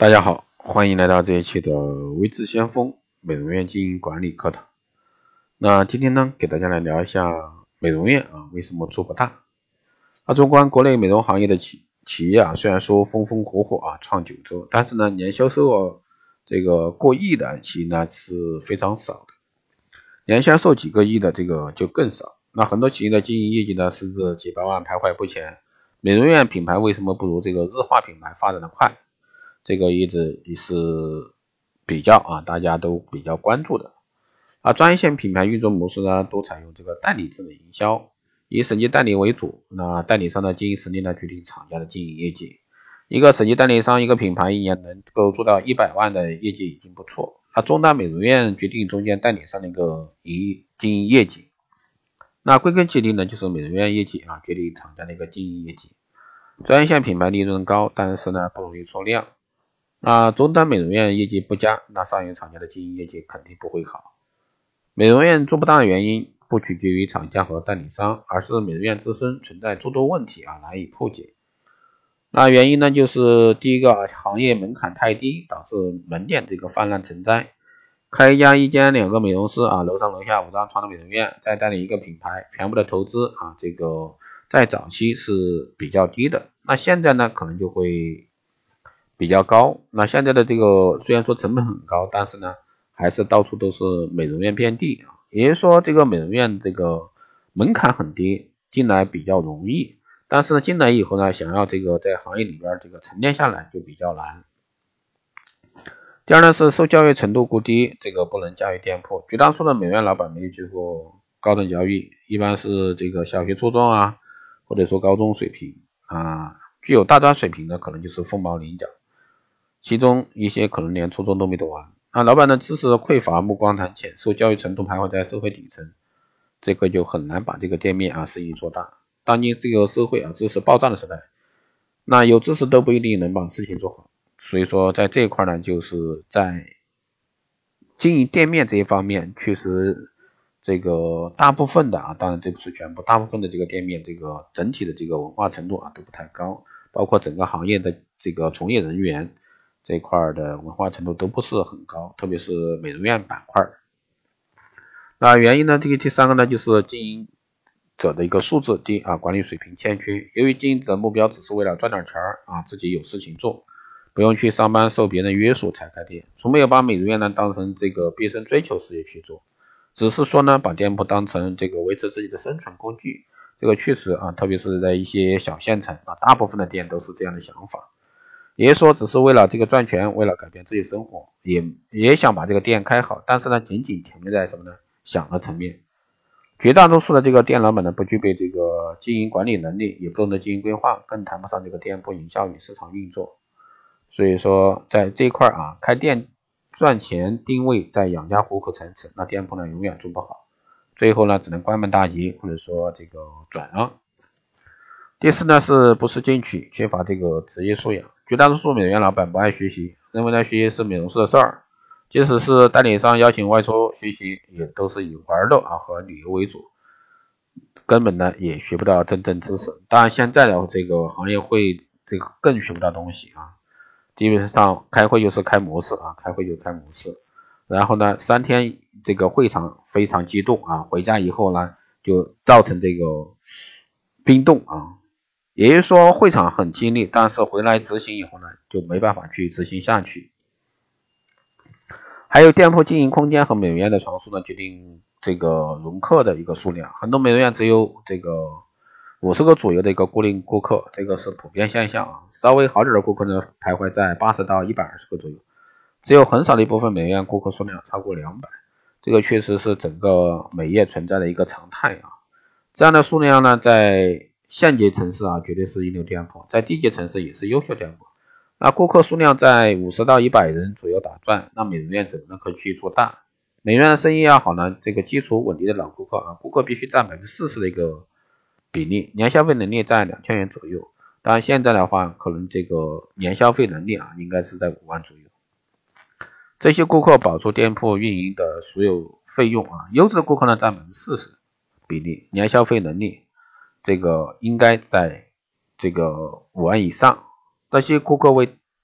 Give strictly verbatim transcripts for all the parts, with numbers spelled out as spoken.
大家好，欢迎来到这一期的微智先锋美容院经营管理课堂。那今天呢，给大家来聊一下美容院啊为什么做不大。那纵观国内美容行业的企企业啊，虽然说风风火火啊创九州，但是呢，年销售额这个过亿的企业呢是非常少的，年销售几个亿的这个就更少。那很多企业的经营业绩呢，甚至几百万徘徊不前。美容院品牌为什么不如这个日化品牌发展的快？这个一直也是比较啊，大家都比较关注的啊。专业线品牌运作模式呢，都采用这个代理制的营销，以省级代理为主。那代理商的经营实力呢，决定厂家的经营业绩。一个省级代理商，一个品牌一年能够做到一百万的业绩已经不错。那中大美容院决定中间代理商的一个营经营业绩。那归根结底呢，就是美容院业绩啊，决定厂家的一个经营业绩。专业线品牌利润高，但是呢不容易出量。那中端美容院业绩不佳，那上游厂家的经营业绩肯定不会好。美容院做不大的原因不取决于厂家和代理商，而是美容院自身存在诸多问题啊，难以破解。那原因呢，就是第一个，行业门槛太低，导致门店这个泛滥成灾。开一家一间两个美容师啊，楼上楼下五张床的美容院，再代理一个品牌，全部的投资啊，这个在早期是比较低的。那现在呢，可能就会比较高。那现在的这个虽然说成本很高，但是呢还是到处都是美容院遍地啊，也就是说这个美容院这个门槛很低，进来比较容易，但是呢进来以后呢，想要这个在行业里边这个沉淀下来就比较难。第二呢是受教育程度过低，这个不能驾驭店铺。绝大多数的美容院老板没有接受过高等教育，一般是这个小学初中啊，或者说高中水平啊，具有大专水平的可能就是凤毛麟角，其中一些可能连初中都没读完。啊，老板的知识匮乏，目光短浅，受教育程度徘徊在社会底层，这个就很难把这个店面啊生意做大。当今这个社会啊知识爆炸的时代，那有知识都不一定能把事情做好。所以说在这一块呢，就是在经营店面这一方面，确实这个大部分的啊，当然这不是全部，大部分的这个店面这个整体的这个文化程度啊都不太高，包括整个行业的这个从业人员这一块的文化程度都不是很高，特别是美容院板块。那原因呢，这个第三个呢，就是经营者的一个素质低啊，管理水平欠缺。由于经营者目标只是为了赚点钱啊，自己有事情做，不用去上班受别人约束才开店，从没有把美容院呢当成这个毕生追求事业去做，只是说呢把店铺当成这个维持自己的生存工具。这个确实啊，特别是在一些小县城啊，大部分的店都是这样的想法，也就是说只是为了这个赚钱，为了改变自己生活，也也想把这个店开好，但是呢仅仅停留在什么呢想的层面。绝大多数的这个店老板呢不具备这个经营管理能力，也不懂得经营规划，更谈不上这个店铺营销与市场运作。所以说在这一块啊，开店赚钱定位在养家糊口层次，那店铺呢永远做不好，最后呢只能关门大吉，或者说这个转让。第四呢是不思进取，缺乏这个职业素养。绝大多数美容院老板不爱学习，认为呢学习是美容师的事儿，即使是代理商邀请外出学习，也都是以玩乐啊和旅游为主，根本呢也学不到真正知识。当然现在的这个行业会这个更学不到东西啊，基本上开会就是开模式啊，开会就开模式，然后呢三天这个会场非常激动啊，回家以后呢就造成这个冰冻啊，也就是说会场很激励，但是回来执行以后呢就没办法去执行下去。还有店铺经营空间和美容院的床数呢决定这个容客的一个数量，很多美容院只有这个五十个左右的一个固定顾客，这个是普遍现象啊。稍微好点的顾客呢徘徊在八十到一百二十个左右，只有很少的一部分美容院顾客数量超过两百，这个确实是整个美业存在的一个常态啊。这样的数量呢在县级城市啊绝对是一流店铺，在地级城市也是优秀店铺。那顾客数量在五十到一百人左右打转，那美容院怎么能可以去做大？美容院的生意要好呢，这个基础稳定的老顾客啊，顾客必须占 百分之四十 的一个比例，年消费能力在两千元左右。当然现在的话，可能这个年消费能力啊，应该是在五万左右。这些顾客保住店铺运营的所有费用啊，优质的顾客呢占 百分之四十 比例，年消费能力这个应该在这个五万以上。这些顾客为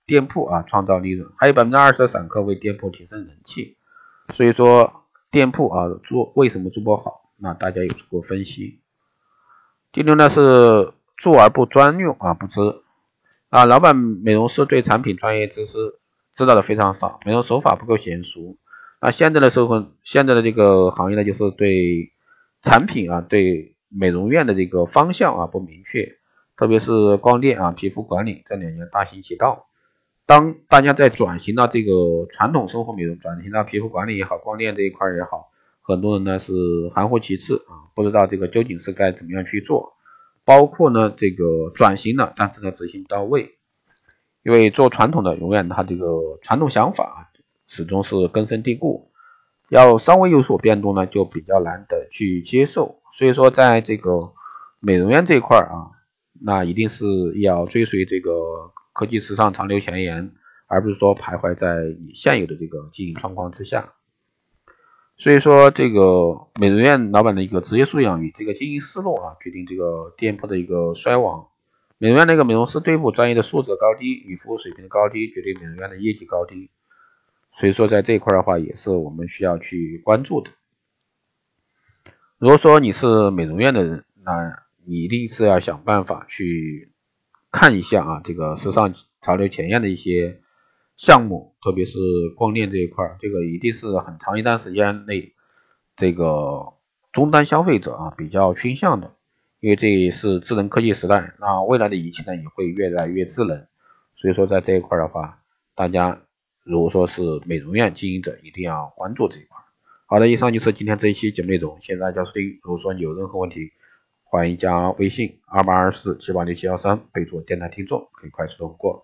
店铺啊创造利润，还有 百分之二十 的散客为店铺提升人气。所以说店铺啊做为什么做不好，那大家有做过分析。第六呢是做而不专用啊，不知啊，老板美容师对产品专业知识知道的非常少，美容手法不够娴熟。那现在的社会，现在的这个行业呢，就是对产品啊，对美容院的这个方向啊不明确，特别是光电啊、皮肤管理这两年大行其道。当大家在转型到这个传统生活美容，转型到皮肤管理也好，光电这一块也好，很多人呢是含糊其辞啊，不知道这个究竟是该怎么样去做。包括呢这个转型了，但是呢执行不到位，因为做传统的永远他这个传统想法始终是根深蒂固，要稍微有所变动呢就比较难的去接受。所以说在这个美容院这一块啊，那一定是要追随这个科技时尚潮流前沿，而不是说徘徊在你现有的这个经营状况之下。所以说这个美容院老板的一个职业素养与这个经营思路啊，决定这个店铺的一个衰亡。美容院那个美容师队伍专业的素质高低与服务水平的高低，决定美容院的业绩高低。所以说在这一块的话，也是我们需要去关注的。如果说你是美容院的人，那你一定是要想办法去看一下啊，这个时尚潮流前沿的一些项目，特别是光电这一块，这个一定是很长一段时间内这个终端消费者啊比较倾向的，因为这也是智能科技时代，那未来的仪器呢也会越来越智能。所以说在这一块的话，大家如果说是美容院经营者，一定要关注这一块。好的，以上就是今天这一期节目内容，谢谢大家收听。如果说你有任何问题，欢迎加微信二八二四七八六七幺三，备注电台听众，可以快速通过。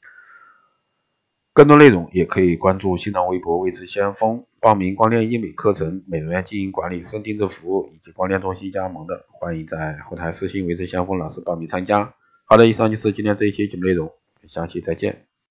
更多内容也可以关注新浪微博未知先锋，报名光电医美课程、美容院经营管理、深定制服务以及光电中心加盟的，欢迎在后台私信未知先锋老师报名参加。好的，以上就是今天这一期节目内容，下期再见。